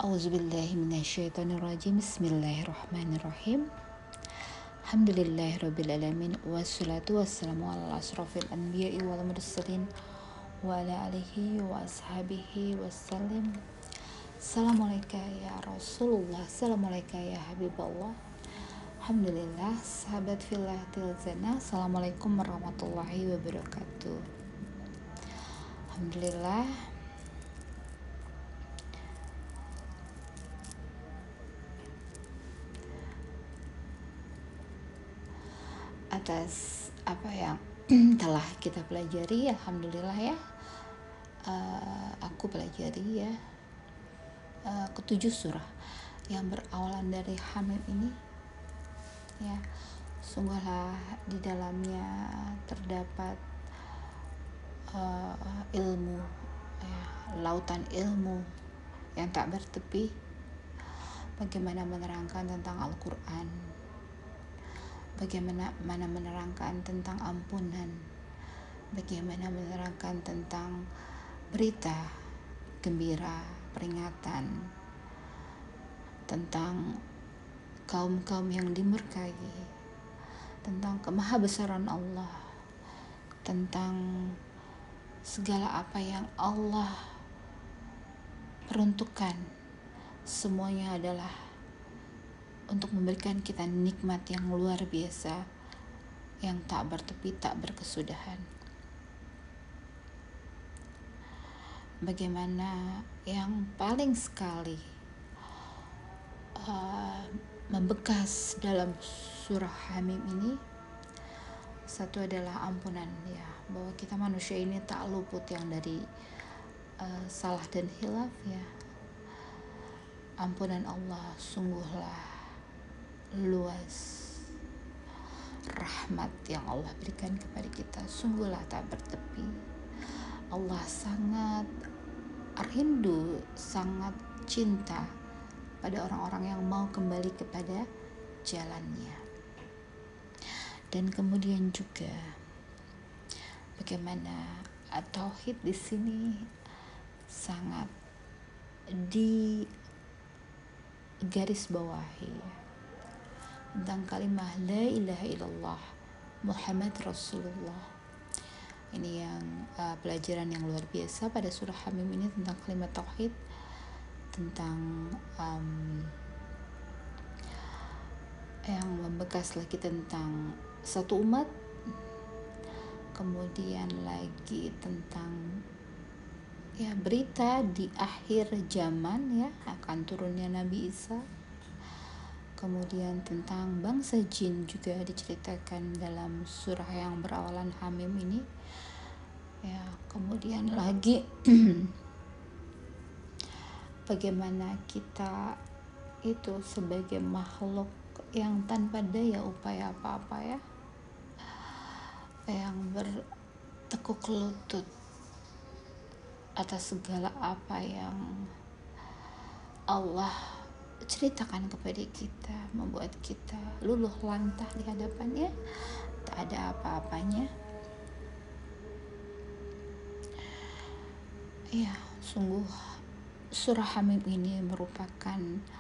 A'udzubillahi minasyaitonirrajim. Bismillahirrahmanirrahim. Alhamdulillahirabbil alamin wassalatu wassalamu ala asrofil anbiya'i wal mursalin wa ala alihi wa ashabihi wassalim. Assalamualaikum ya Rasulullah, assalamualaikum ya Habiballah. Alhamdulillah, sahabat fillah tilzana. Assalamualaikum warahmatullahi wabarakatuh. Alhamdulillah, atas apa yang telah kita pelajari, alhamdulillah ya. Aku pelajari ya ketujuh surah yang berawalan dari Hamim ini ya. Sungguhlah di dalamnya terdapat ilmu ya, lautan ilmu yang tak bertepi. Bagaimana menerangkan tentang Al-Quran, bagaimana menerangkan tentang ampunan, bagaimana menerangkan tentang berita gembira, peringatan, tentang kaum-kaum yang dimurkai, tentang kemahabesaran Allah, tentang segala apa yang Allah peruntukkan. Semuanya adalah untuk memberikan kita nikmat yang luar biasa, yang tak bertepi, tak berkesudahan. Bagaimana yang paling sekali membekas dalam surah Hamim ini, satu adalah ampunan ya, bahwa kita manusia ini tak luput yang dari salah dan hilaf ya. Ampunan Allah sungguhlah luas, rahmat yang Allah berikan kepada kita sungguhlah tak bertepi. Allah sangat rindu, sangat cinta pada orang-orang yang mau kembali kepada jalannya. Dan kemudian juga bagaimana tauhid di sini sangat di garis bawahi tentang kalimah la ilaha illallah Muhammad Rasulullah. Ini yang pelajaran yang luar biasa pada surah Hamim ini tentang kalimat tauhid, tentang yang membekas lagi tentang satu umat, kemudian lagi tentang ya berita di akhir zaman ya, akan turunnya Nabi Isa. Kemudian tentang bangsa jin juga diceritakan dalam surah yang berawalan Hamim ini ya. Kemudian lagi bagaimana kita itu sebagai makhluk yang tanpa daya upaya apa-apa ya, yang bertekuk lutut atas segala apa yang Allah ceritakan kepada kita, membuat kita luluh lantah di hadapannya, tak ada apa-apanya ya. Sungguh surah Hamim ini merupakan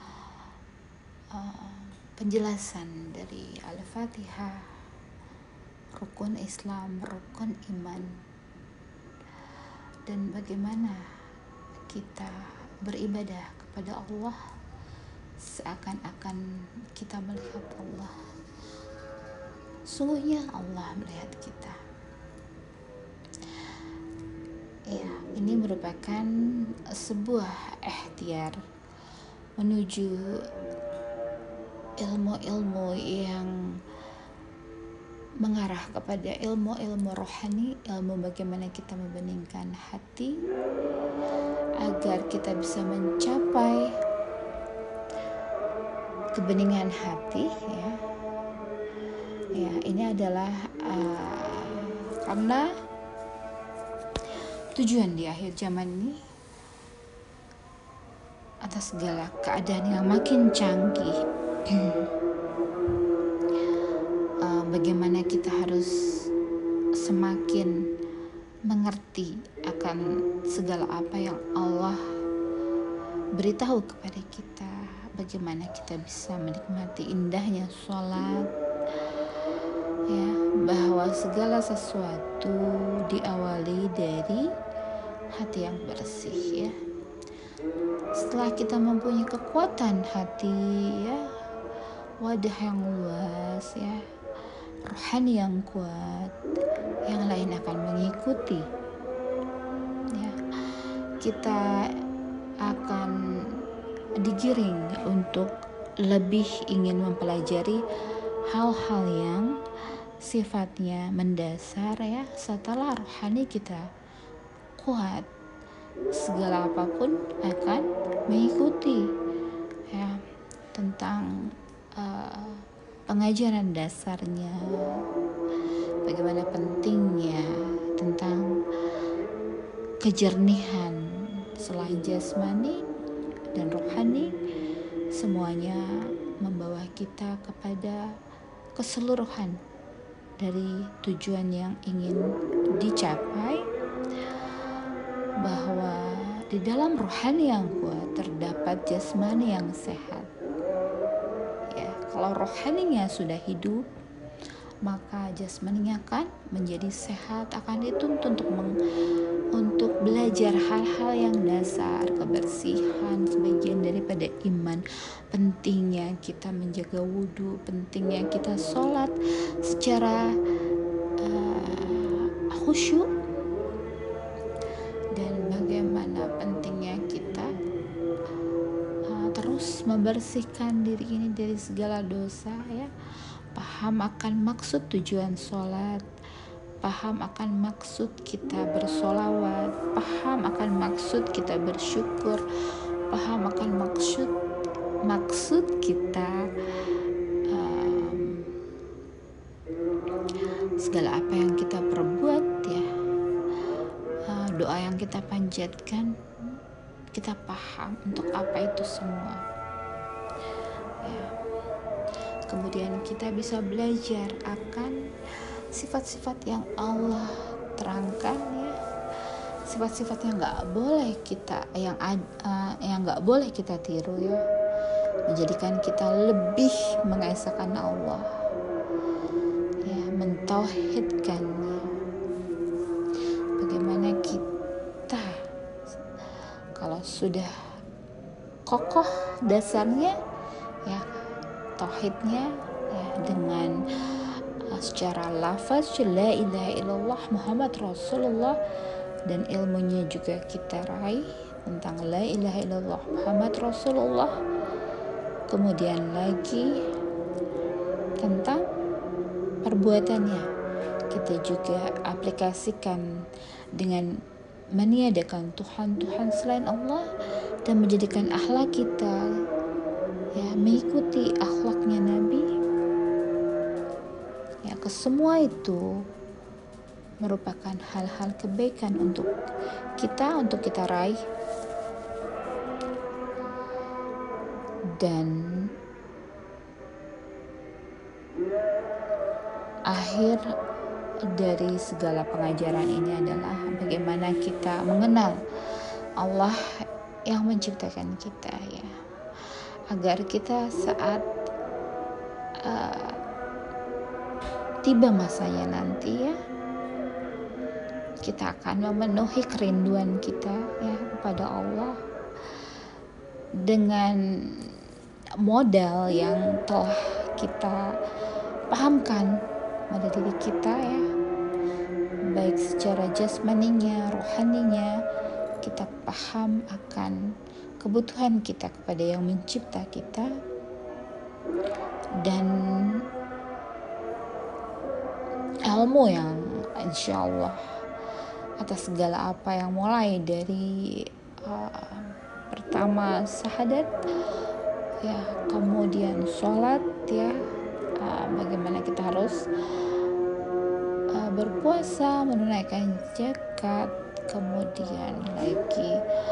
penjelasan dari Al-Fatihah, rukun Islam, rukun iman, dan bagaimana kita beribadah kepada Allah seakan-akan kita melihat Allah. Sungguhnya Allah melihat kita. Ya, ini merupakan sebuah ikhtiar menuju ilmu-ilmu yang mengarah kepada ilmu-ilmu rohani, ilmu bagaimana kita membeningkan hati agar kita bisa mencapai kebeningan hati ya. Ya, ini adalah karena tujuan di akhir zaman ini, atas segala keadaan yang makin canggih, bagaimana kita harus semakin mengerti akan segala apa yang Allah beritahu kepada kita bagaimana kita bisa menikmati indahnya sholat, ya, bahwa segala sesuatu diawali dari hati yang bersih, ya. Setelah kita mempunyai kekuatan hati, ya, wadah yang luas, ya, rohani yang kuat, yang lain akan mengikuti, ya. Kita akan digiring untuk lebih ingin mempelajari hal-hal yang sifatnya mendasar, ya. Setelah rohani kita kuat, segala apapun akan mengikuti, ya, tentang pengajaran dasarnya, bagaimana pentingnya tentang kejernihan selain jasmani dan rohani, semuanya membawa kita kepada keseluruhan dari tujuan yang ingin dicapai, bahwa di dalam rohani yang kuat terdapat jasmani yang sehat. Ya, kalau rohaninya sudah hidup, maka jasmaninya akan menjadi sehat, akan dituntut untuk belajar hal-hal yang dasar, kebersihan sebagian daripada iman, pentingnya kita menjaga wudhu, pentingnya kita sholat secara khusyuk, dan bagaimana pentingnya kita terus membersihkan diri ini dari segala dosa, ya. Paham akan maksud tujuan sholat, paham akan maksud kita bersolawat, paham akan maksud kita bersyukur, paham akan maksud kita segala apa yang kita perbuat, ya, doa yang kita panjatkan, kita paham untuk apa itu semua, ya. Kemudian kita bisa belajar akan sifat-sifat yang Allah terangkan, ya, sifat-sifat yang nggak boleh kita yang nggak boleh kita tiru, ya, menjadikan kita lebih mengesahkan Allah, ya, mentauhidkannya. Bagaimana kita kalau sudah kokoh dasarnya, ya, tauhidnya, ya, dengan secara lafaz la ilaha illallah Muhammad Rasulullah, dan ilmunya juga kita raih tentang la ilaha illallah Muhammad Rasulullah. Kemudian lagi tentang perbuatannya kita juga aplikasikan dengan meniadakan Tuhan selain Allah dan menjadikan akhlak kita, ya, mengikuti akhlaknya Nabi, ya. Kesemua itu merupakan hal-hal kebaikan untuk kita raih, dan akhir dari segala pengajaran ini adalah bagaimana kita mengenal Allah yang menciptakan kita, ya, agar kita saat tiba masanya nanti, ya, kita akan memenuhi kerinduan kita, ya, kepada Allah dengan modal yang telah kita pahamkan pada diri kita, ya, baik secara jasmaninya, rohaninya, kita paham akan kebutuhan kita kepada yang mencipta kita, dan ilmu yang insyaallah atas segala apa yang mulai dari pertama syahadat, ya, kemudian sholat, ya, bagaimana kita harus berpuasa, menunaikan zakat, kemudian lagi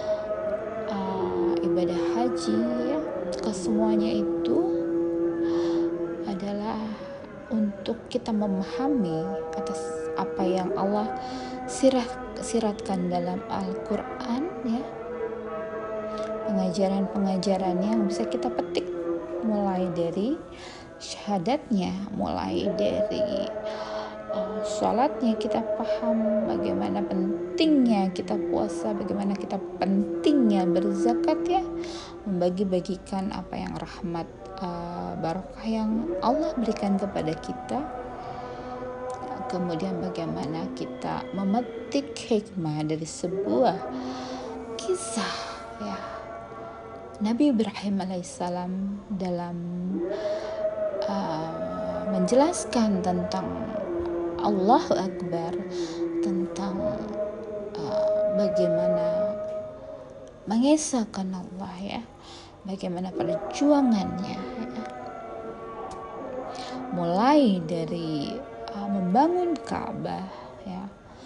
ibadah haji, ya, kesemuanya itu adalah untuk kita memahami atas apa yang Allah siratkan dalam Al-Quran, ya, pengajaran-pengajaran yang bisa kita petik, mulai dari syahadatnya, mulai dari sholatnya kita paham, bagaimana pentingnya kita puasa, bagaimana kita pentingnya berzakat ya, membagi-bagikan apa yang rahmat barokah yang Allah berikan kepada kita. Kemudian bagaimana kita memetik hikmah dari sebuah kisah ya Nabi Ibrahim alaihissalam dalam menjelaskan tentang Allahu Akbar, tentang bagaimana mengesahkan Allah ya, bagaimana perjuangannya ya. Mulai dari membangun Ka'bah ya,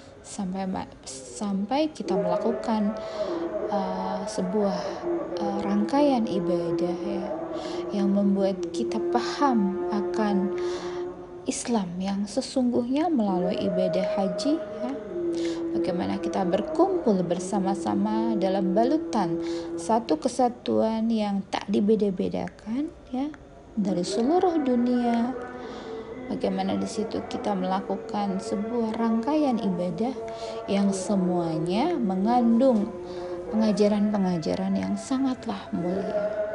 sampai kita melakukan sebuah rangkaian ibadah ya, yang membuat kita paham akan Islam yang sesungguhnya melalui ibadah haji ya. Bagaimana kita berkumpul bersama-sama dalam balutan satu kesatuan yang tak dibeda-bedakan ya, dari seluruh dunia. Bagaimana di situ kita melakukan sebuah rangkaian ibadah yang semuanya mengandung pengajaran-pengajaran yang sangatlah mulia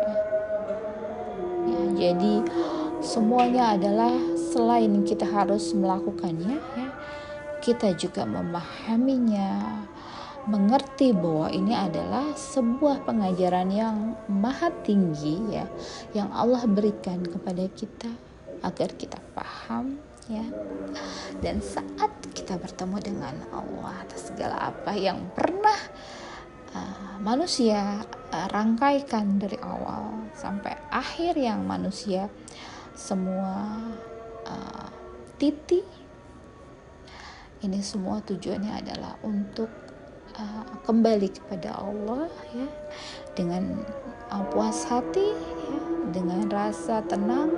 ya. Jadi semuanya adalah selain kita harus melakukannya ya, kita juga memahaminya, mengerti bahwa ini adalah sebuah pengajaran yang maha tinggi ya, yang Allah berikan kepada kita agar kita paham ya. Dan saat kita bertemu dengan Allah atas segala apa yang pernah manusia rangkaikan dari awal sampai akhir, yang manusia semua titik, ini semua tujuannya adalah untuk kembali kepada Allah ya, dengan puas hati ya, dengan rasa tenang.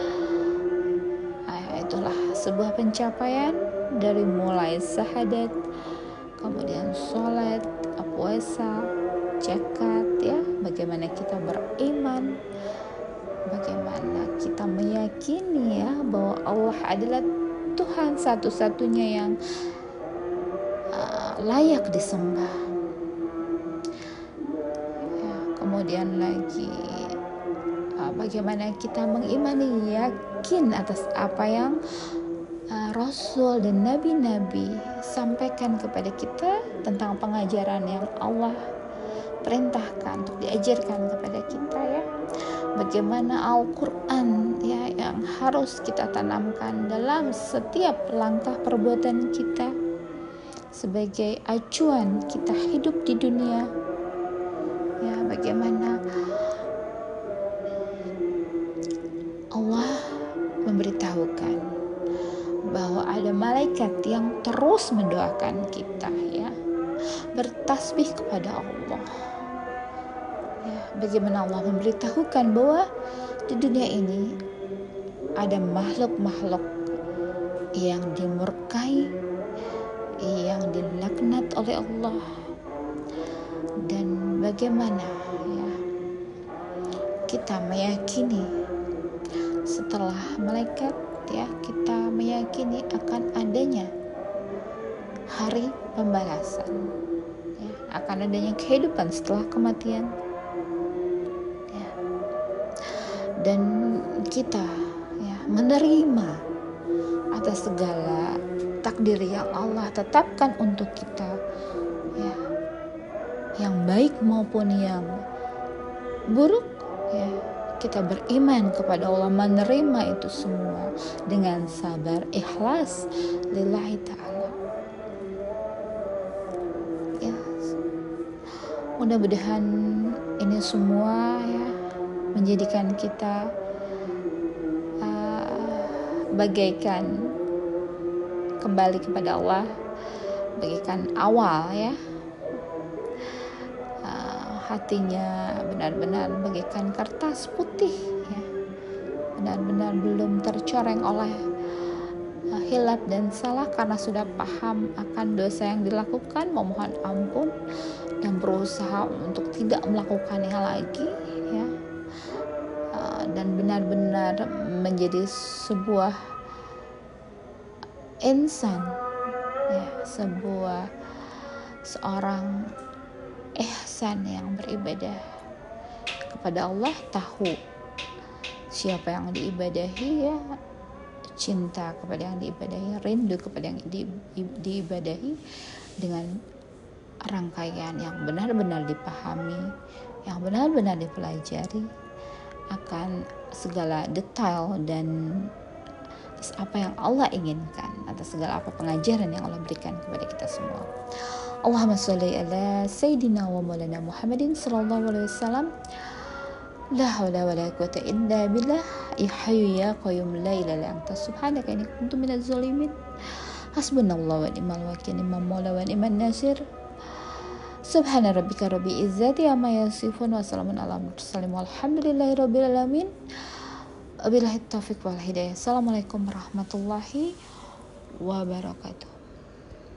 Itulah sebuah pencapaian dari mulai syahadat, kemudian sholat, puasa, zakat ya, bagaimana kita beriman, bagaimana kita meyakini ya bahwa Allah adalah Tuhan satu-satunya yang layak disembah ya. Kemudian lagi bagaimana kita mengimani, yakin atas apa yang Rasul dan Nabi-Nabi sampaikan kepada kita tentang pengajaran yang Allah perintahkan untuk diajarkan kepada kita ya. Bagaimana Al-Quran ya yang harus kita tanamkan dalam setiap langkah perbuatan kita sebagai acuan kita hidup di dunia ya. Bagaimana Allah memberitahukan bahwa ada malaikat yang terus mendoakan kita ya, bertasbih kepada Allah ya. Bagaimana Allah memberitahukan bahwa di dunia ini ada makhluk-makhluk yang dimurkai, yang dilaknat oleh Allah. Dan bagaimana ya kita meyakini setelah malaikat ya, kita meyakini akan adanya hari pembalasan ya, akan adanya kehidupan setelah kematian ya. Dan kita ya menerima atas segala takdir yang Allah tetapkan untuk kita ya, yang baik maupun yang buruk ya. Kita beriman kepada Allah, menerima itu semua dengan sabar, ikhlas lillahi ta'ala ya. Mudah-mudahan ini semua ya menjadikan kita bagaikan kembali kepada Allah, bagaikan awal ya, hatinya benar-benar bagaikan kertas putih ya, benar-benar belum tercoreng oleh hilaf dan salah, karena sudah paham akan dosa yang dilakukan, memohon ampun dan berusaha untuk tidak melakukannya lagi, ya, dan benar-benar menjadi sebuah insan, ya, seorang ihsan yang beribadah kepada Allah, tahu siapa yang diibadahi, ya, cinta kepada yang diibadahi, rindu kepada yang diibadahi, dengan rangkaian yang benar-benar dipahami, yang benar-benar dipelajari akan segala detail dan atas apa yang Allah inginkan, atas segala apa pengajaran yang Allah berikan kepada kita semua. Allahumma sholli ala Sayyidina wa maulana Muhammadin sallallahu alaihi wasallam. La haula wala quwwata illa billah. Ya hayyu ya qayyum la ilaha illa anta subhanaka inni kuntu minaz zalimin. Hasbunallahu wa ni'mal wakeel, ni'mal maula wa ni'man nasir. Subhana rabbika rabbil izzati amma yasifun wa salamun alal mursalin walhamdulillahi rabbil alamin. Wabillahi taufiq wal hidayah. Assalamualaikum warahmatullahi wabarakatuh.